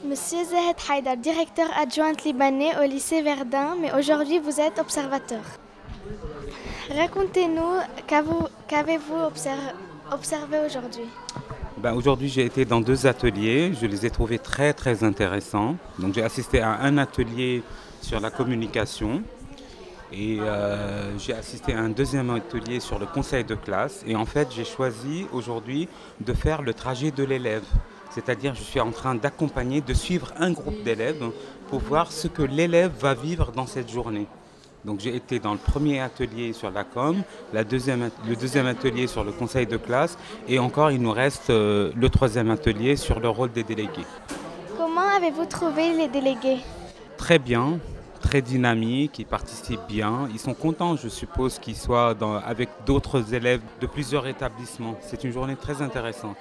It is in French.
Monsieur Zahed Haïdar, directeur adjointe libanais au lycée Verdun, mais aujourd'hui vous êtes observateur. Racontez-nous qu'avez-vous observé aujourd'hui. Aujourd'hui, j'ai été dans deux ateliers. Je les ai trouvés très, très intéressants. Donc, j'ai assisté à un atelier sur la communication et j'ai assisté à un deuxième atelier sur le conseil de classe. Et en fait, j'ai choisi aujourd'hui de faire le trajet de l'élève. C'est-à-dire, je suis en train d'accompagner, de suivre un groupe d'élèves pour voir ce que l'élève va vivre dans cette journée. Donc j'ai été dans le premier atelier sur la com, le deuxième atelier sur le conseil de classe et encore il nous reste le troisième atelier sur le rôle des délégués. Comment avez-vous trouvé les délégués? Très bien, très dynamique, ils participent bien, ils sont contents je suppose qu'ils soient avec d'autres élèves de plusieurs établissements. C'est une journée très intéressante.